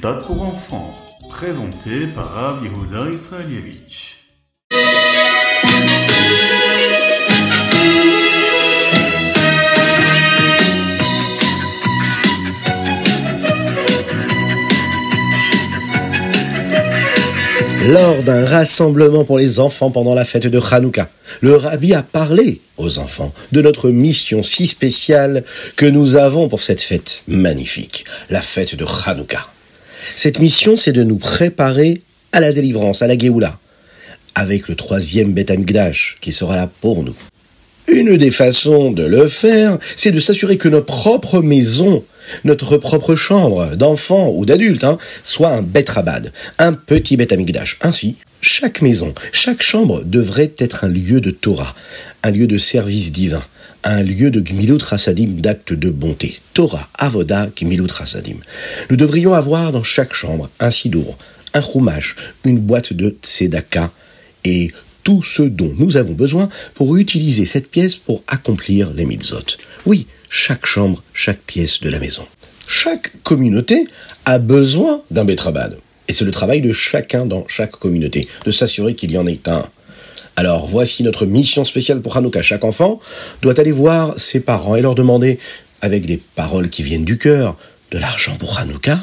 méthode pour enfants, présentée par Rav Yehuda Israelievich. Lors d'un rassemblement pour les enfants pendant la fête de Hanouka, le Rabbi a parlé aux enfants de notre mission si spéciale que nous avons pour cette fête magnifique, la fête de Hanouka. Cette mission, c'est de nous préparer à la délivrance, à la Géoula, avec le 3e Beth Amikdash qui sera là pour nous. Une des façons de le faire, c'est de s'assurer que notre propre maison, notre propre chambre d'enfant ou d'adulte, soit un Beth Rabad, un petit Beth Amikdash. Ainsi, chaque maison, chaque chambre devrait être un lieu de Torah, un lieu de service divin, un lieu de Gmilut Chassadim, d'actes de bonté. Torah, Avoda, Gmilut Chassadim. Nous devrions avoir dans chaque chambre un sidour, un chumash, une boîte de tzedaka et tout ce dont nous avons besoin pour utiliser cette pièce pour accomplir les mitzvot. Oui, chaque chambre, chaque pièce de la maison. Chaque communauté a besoin d'un Beth Rabad. Et c'est le travail de chacun dans chaque communauté, de s'assurer qu'il y en ait un. Alors voici notre mission spéciale pour Hanouka. Chaque enfant doit aller voir ses parents et leur demander, avec des paroles qui viennent du cœur, de l'argent pour Hanouka,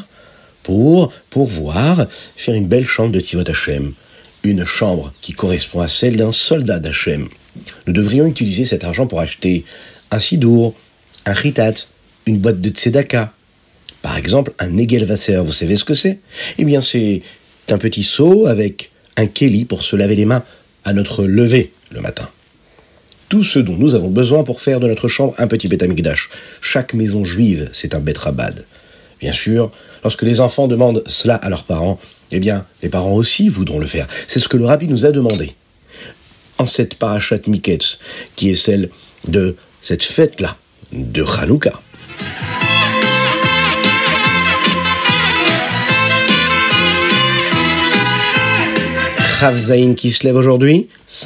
pour pouvoir faire une belle chambre de Tivot Hashem. Une chambre qui correspond à celle d'un soldat d'Hachem. Nous devrions utiliser cet argent pour acheter un sidour, un chitat, une boîte de tzedaka. Par exemple, un Negelvasser, vous savez ce que c'est ? Eh bien, c'est un petit seau avec un kéli pour se laver les mains à notre lever le matin. Tout ce dont nous avons besoin pour faire de notre chambre un petit Beth Amikdash. Chaque maison juive, c'est un Beth Rabad. Bien sûr, lorsque les enfants demandent cela à leurs parents, eh bien, les parents aussi voudront le faire. C'est ce que le Rabbi nous a demandé. En cette parashat Miketz, qui est celle de cette fête-là, de Hanouka. Chav Zayin qui se lève aujourd'hui,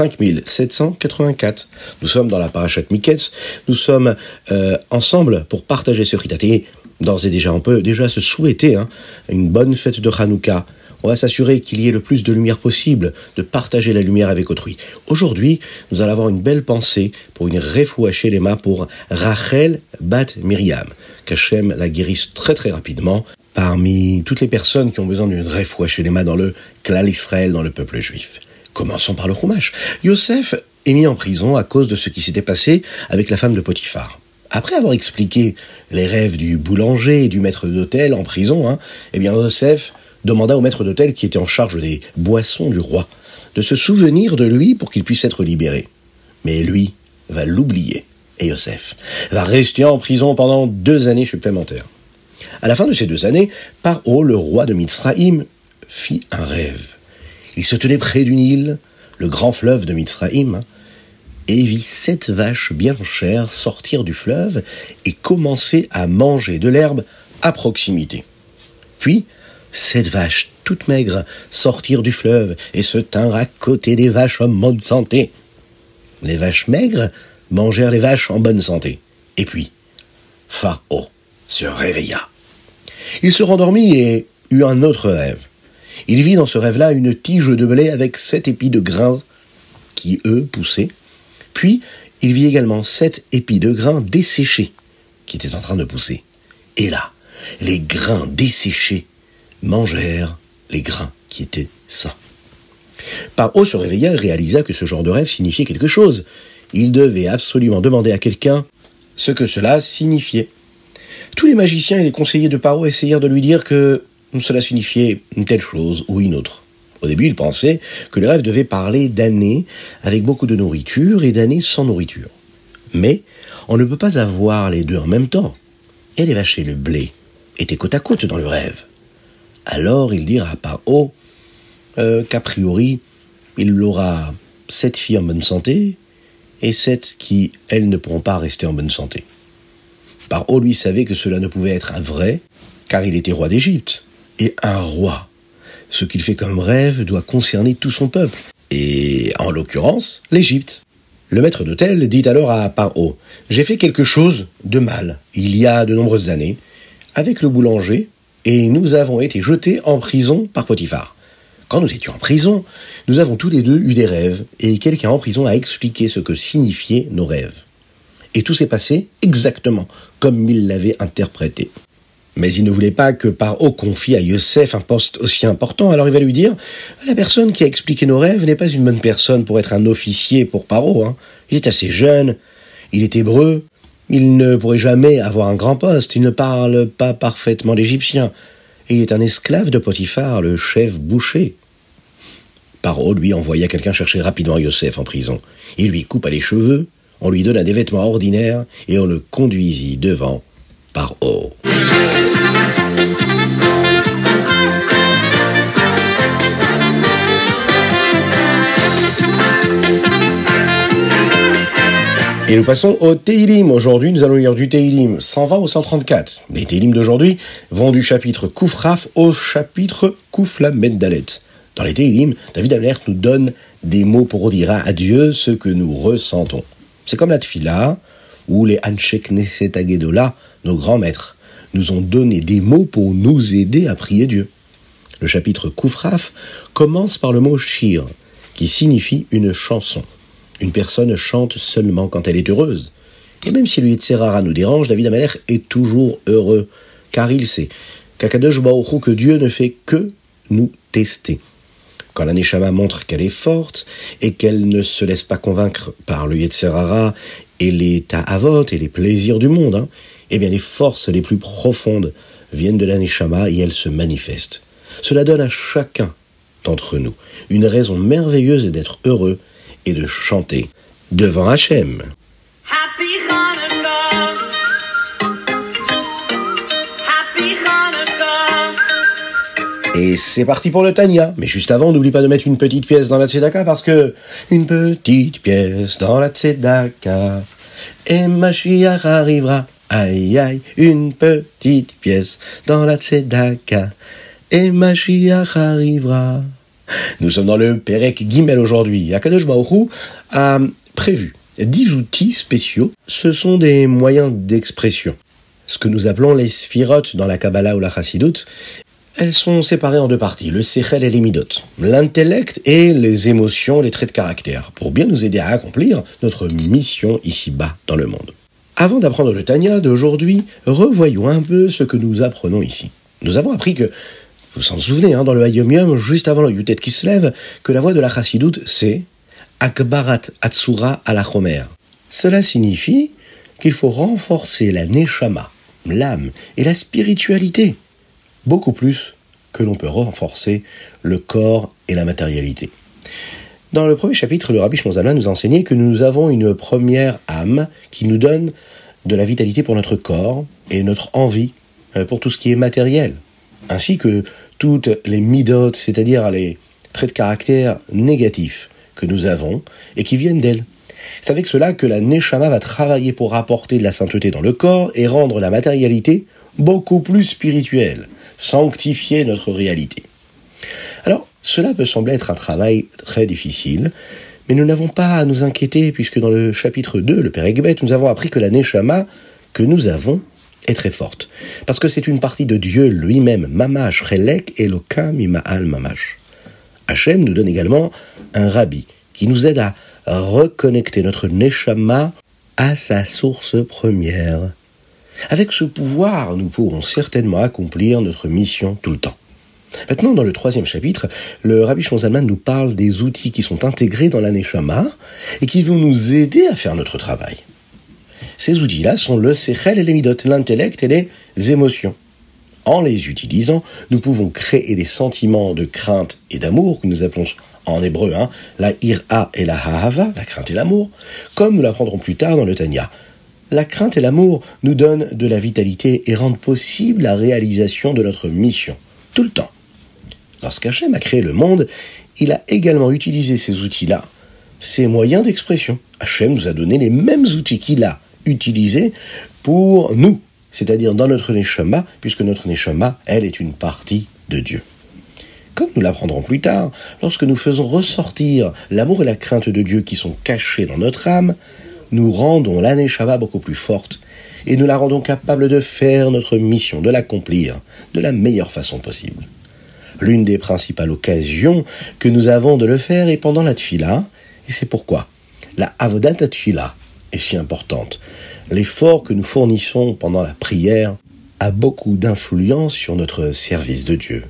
5784. Nous sommes dans la parashat Miketz. Nous sommes ensemble pour partager ce chitat. Et d'ores et déjà, on peut déjà se souhaiter une bonne fête de Hanouka. On va s'assurer qu'il y ait le plus de lumière possible, de partager la lumière avec autrui. Aujourd'hui, nous allons avoir une belle pensée pour une refoua shelema pour Rachel Bat Miriam, qu'Hachem la guérisse très très rapidement parmi toutes les personnes qui ont besoin d'une refoua shelema dans le Klal Israël, dans le peuple juif. Commençons par le Chumash. Yosef est mis en prison à cause de ce qui s'était passé avec la femme de Potiphar. Après avoir expliqué les rêves du boulanger et du maître d'hôtel en prison, eh bien Yosef demanda au maître d'hôtel qui était en charge des boissons du roi de se souvenir de lui pour qu'il puisse être libéré. Mais lui va l'oublier et Yosef va rester en prison pendant 2 années supplémentaires. À la fin de ces 2 années, Paro, le roi de Mitzraïm, fit un rêve. Il se tenait près du Nil, le grand fleuve de Mitzraïm, et vit 7 vaches bien chères sortir du fleuve et commencer à manger de l'herbe à proximité. Puis, 7 vaches toutes maigres sortirent du fleuve et se tinrent à côté des vaches en bonne santé. Les vaches maigres mangèrent les vaches en bonne santé. Et puis, Pharaon se réveilla. Il se rendormit et eut un autre rêve. Il vit dans ce rêve-là une tige de blé avec 7 épis de grains qui, eux, poussaient. Puis, il vit également 7 épis de grains desséchés qui étaient en train de pousser. Et là, les grains desséchés mangèrent les grains qui étaient sains. Paro se réveilla et réalisa que ce genre de rêve signifiait quelque chose. Il devait absolument demander à quelqu'un ce que cela signifiait. Tous les magiciens et les conseillers de Paro essayèrent de lui dire que cela signifiait une telle chose ou une autre. Au début, il pensait que le rêve devait parler d'années avec beaucoup de nourriture et d'années sans nourriture. Mais on ne peut pas avoir les deux en même temps. Et les vaches et le blé étaient côte à côte dans le rêve. Alors il dira à Paro qu'a priori, il aura 7 filles en bonne santé et 7 qui, elles, ne pourront pas rester en bonne santé. Paro, lui, savait que cela ne pouvait être vrai, car il était roi d'Égypte. Et un roi, ce qu'il fait comme rêve doit concerner tout son peuple, et en l'occurrence, l'Égypte. Le maître d'hôtel dit alors à Paro, « J'ai fait quelque chose de mal, il y a de nombreuses années, avec le boulanger et nous avons été jetés en prison par Potiphar. Quand nous étions en prison, nous avons tous les deux eu des rêves, et quelqu'un en prison a expliqué ce que signifiaient nos rêves. Et tout s'est passé exactement comme il l'avait interprété. Mais il ne voulait pas que Paro confie à Yosef un poste aussi important, alors il va lui dire « La personne qui a expliqué nos rêves n'est pas une bonne personne pour être un officier pour Paro. Il est assez jeune, il est hébreu, il ne pourrait jamais avoir un grand poste, il ne parle pas parfaitement l'égyptien, et il est un esclave de Potiphar, le chef boucher. » Paro lui envoya quelqu'un chercher rapidement Yosef en prison. Il lui coupa les cheveux, on lui donna des vêtements ordinaires, et on le conduisit devant Paro. Et nous passons au Teilim. Aujourd'hui, nous allons lire du Teilim 120 au 134. Les Teilim d'aujourd'hui vont du chapitre Koufraf au chapitre Kouflamed Dalet. Dans les Teilim, David Amelech nous donne des mots pour dire à Dieu ce que nous ressentons. C'est comme la Tfila, où les Anshe Knesset Agedola, nos grands maîtres, nous ont donné des mots pour nous aider à prier Dieu. Le chapitre Koufraf commence par le mot Shir, qui signifie une chanson. Une personne chante seulement quand elle est heureuse. Et même si le Yetzer Hara nous dérange, David Amelech est toujours heureux, car il sait qu'Akadosh Baruch Hu, que Dieu ne fait que nous tester. Quand la Neshama montre qu'elle est forte et qu'elle ne se laisse pas convaincre par le Yetzer Hara et les ta'avot et les plaisirs du monde, eh bien les forces les plus profondes viennent de la Neshama et elles se manifestent. Cela donne à chacun d'entre nous une raison merveilleuse d'être heureux et de chanter devant Hachem. Happy Hanukkah. Happy Hanukkah. Et c'est parti pour le Tanya. Mais juste avant, n'oublie pas de mettre une petite pièce dans la Tzedaka parce que une petite pièce dans la Tzedaka et Mashiach arrivera. Aïe aïe, une petite pièce dans la Tzedaka et Mashiach arrivera. Nous sommes dans le Perek Gimel aujourd'hui. Akadosh Baruch Hu a prévu 10 outils spéciaux. Ce sont des moyens d'expression. Ce que nous appelons les Sphirot dans la Kabbalah ou la Chassidut. Elles sont séparées en deux parties, le Sechel et les Midot. L'intellect et les émotions, les traits de caractère, pour bien nous aider à accomplir notre mission ici-bas dans le monde. Avant d'apprendre le Tanya d'aujourd'hui, revoyons un peu ce que nous apprenons ici. Nous avons appris que, vous vous en souvenez, dans le Hayom Yom, juste avant le Yutet qui se lève, que la voix de la Chassidut, c'est Akbarat Atsura ala Chomer. Cela signifie qu'il faut renforcer la Neshama, l'âme et la spiritualité, beaucoup plus que l'on peut renforcer le corps et la matérialité. Dans le premier chapitre, le Rabbi Shlomo Zalman nous a enseigné que nous avons une première âme qui nous donne de la vitalité pour notre corps et notre envie pour tout ce qui est matériel, ainsi que toutes les midot, c'est-à-dire les traits de caractère négatifs que nous avons et qui viennent d'elle. C'est avec cela que la Neshama va travailler pour apporter de la sainteté dans le corps et rendre la matérialité beaucoup plus spirituelle, sanctifier notre réalité. Alors, cela peut sembler être un travail très difficile, mais nous n'avons pas à nous inquiéter puisque dans le chapitre 2, le Perek Bet, nous avons appris que la Neshama que nous avons est très forte, parce que c'est une partie de Dieu lui-même, Mamash, Chelek, Elokam, Ima'al, Mamash. Hachem nous donne également un rabbi qui nous aide à reconnecter notre Neshama à sa source première. Avec ce pouvoir, nous pourrons certainement accomplir notre mission tout le temps. Maintenant, dans le troisième chapitre, le Rabbi Shlomo Zalman nous parle des outils qui sont intégrés dans la Neshama et qui vont nous aider à faire notre travail. Ces outils-là sont le Sechel et les Midot, l'intellect et les émotions. En les utilisant, nous pouvons créer des sentiments de crainte et d'amour, que nous appelons en hébreu la ira et la hahava, la crainte et l'amour, comme nous l'apprendrons plus tard dans le Tanya. La crainte et l'amour nous donnent de la vitalité et rendent possible la réalisation de notre mission, tout le temps. Lorsqu'Hachem a créé le monde, il a également utilisé ces outils-là, ces moyens d'expression. Hachem nous a donné les mêmes outils qu'il a utilisés pour nous, c'est-à-dire dans notre Neshama, puisque notre Neshama, elle, est une partie de Dieu. Comme nous l'apprendrons plus tard, lorsque nous faisons ressortir l'amour et la crainte de Dieu qui sont cachés dans notre âme, nous rendons la Neshama beaucoup plus forte et nous la rendons capable de faire notre mission, de l'accomplir de la meilleure façon possible. L'une des principales occasions que nous avons de le faire est pendant la tfila, et c'est pourquoi la avodat tfila est si importante. L'effort que nous fournissons pendant la prière a beaucoup d'influence sur notre service de Dieu.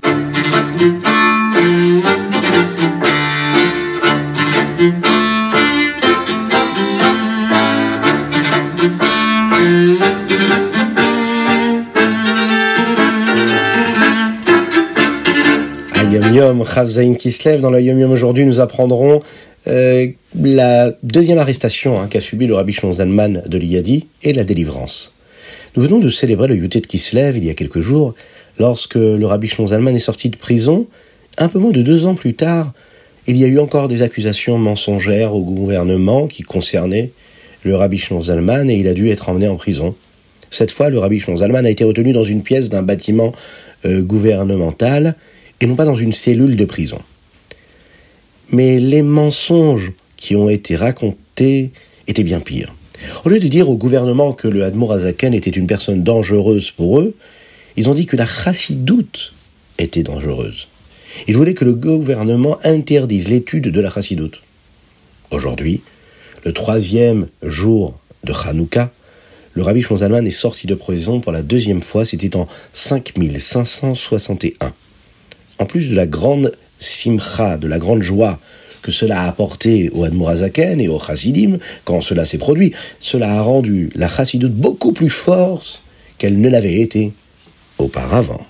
Yom Yom, Chav Zayin Kislev, dans le Yom Yom aujourd'hui, nous apprendrons la deuxième arrestation qu'a subi le Rabbi Shimon Zalman de Liadi et la délivrance. Nous venons de célébrer le Yutet Kislev il y a quelques jours, lorsque le Rabbi Shimon Zalman est sorti de prison. Un peu moins de 2 ans plus tard, il y a eu encore des accusations mensongères au gouvernement qui concernaient le Rabbi Shimon Zalman et il a dû être emmené en prison. Cette fois, le Rabbi Shimon Zalman a été retenu dans une pièce d'un bâtiment gouvernemental et non pas dans une cellule de prison. Mais les mensonges qui ont été racontés étaient bien pires. Au lieu de dire au gouvernement que le Admor HaZaken était une personne dangereuse pour eux, ils ont dit que la chassidoute était dangereuse. Ils voulaient que le gouvernement interdise l'étude de la chassidoute. Aujourd'hui, le 3e jour de Hanouka, le Rabbi Shimon Zalman est sorti de prison pour la 2e fois, c'était en 5561. En plus de la grande simcha, de la grande joie que cela a apporté au Admor HaZaken et aux chassidim, quand cela s'est produit, cela a rendu la chassidoute beaucoup plus forte qu'elle ne l'avait été auparavant.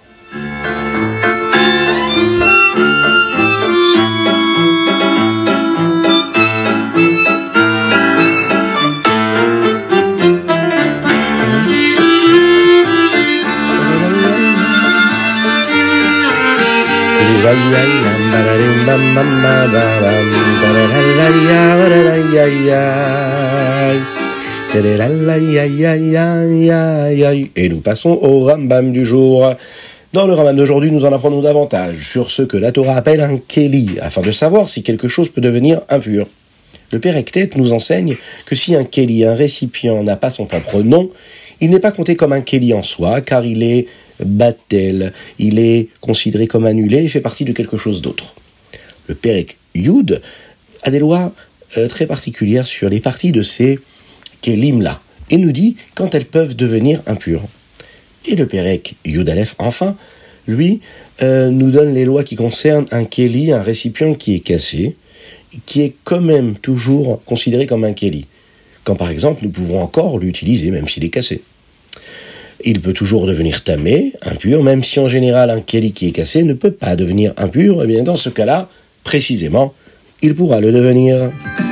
Et nous passons au Rambam du jour. Dans le Rambam d'aujourd'hui, nous en apprenons davantage sur ce que la Torah appelle un kéli, afin de savoir si quelque chose peut devenir impur. Le Père Ektet nous enseigne que si un kéli, un récipient, n'a pas son propre nom, il n'est pas compté comme un kéli en soi, car il est batel, il est considéré comme annulé et fait partie de quelque chose d'autre. Le Perek Yud a des lois très particulières sur les parties de ces kélim-là, et nous dit quand elles peuvent devenir impures. Et le Perek Yud Aleph, enfin, lui, nous donne les lois qui concernent un kéli, un récipient qui est cassé, qui est quand même toujours considéré comme un kéli. Quand par exemple, nous pouvons encore l'utiliser, même s'il est cassé. Il peut toujours devenir tamé, impur, même si en général un kéli qui est cassé ne peut pas devenir impur, et bien dans ce cas-là, précisément, il pourra le devenir.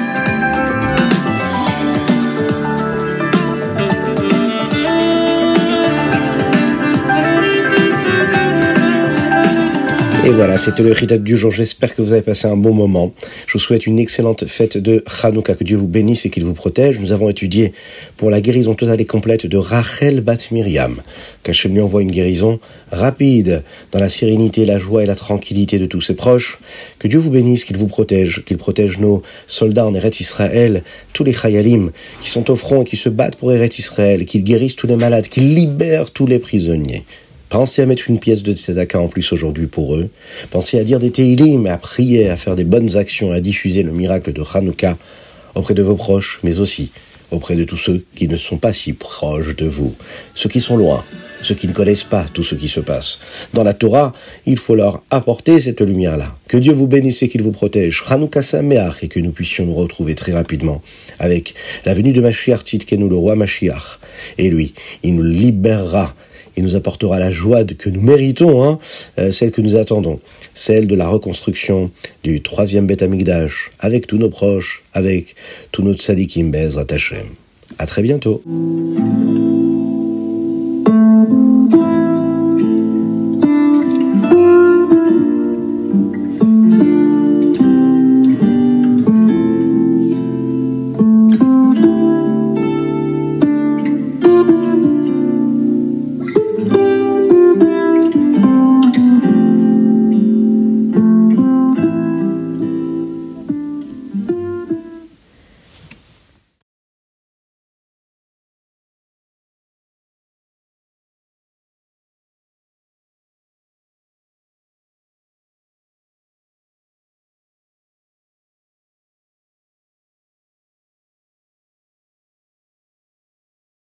Et voilà, c'était le Chitat du jour. J'espère que vous avez passé un bon moment. Je vous souhaite une excellente fête de Hanouka. Que Dieu vous bénisse et qu'il vous protège. Nous avons étudié pour la guérison totale et complète de Rachel Bat Miriam. Qu'Hachem lui envoie une guérison rapide dans la sérénité, la joie et la tranquillité de tous ses proches. Que Dieu vous bénisse, qu'il vous protège, qu'il protège nos soldats en Eretz Israël, tous les Chayalim qui sont au front et qui se battent pour Eretz Israël, qu'il guérisse tous les malades, qu'il libère tous les prisonniers. Pensez à mettre une pièce de tzedaka en plus aujourd'hui pour eux. Pensez à dire des Tehillim, à prier, à faire des bonnes actions, à diffuser le miracle de Hanouka auprès de vos proches, mais aussi auprès de tous ceux qui ne sont pas si proches de vous, ceux qui sont loin, ceux qui ne connaissent pas tout ce qui se passe. Dans la Torah, il faut leur apporter cette lumière-là. Que Dieu vous bénisse et qu'il vous protège. Hanouka Sameach, et que nous puissions nous retrouver très rapidement avec la venue de Mashiach Tzidkenu, le roi Mashiach. Et lui, il nous libérera. Il nous apportera la joie que nous méritons, celle que nous attendons, celle de la reconstruction du 3e Beth Amikdash, avec tous nos proches, avec tous nos tzadikim Be'ezrat Hashem. À très bientôt.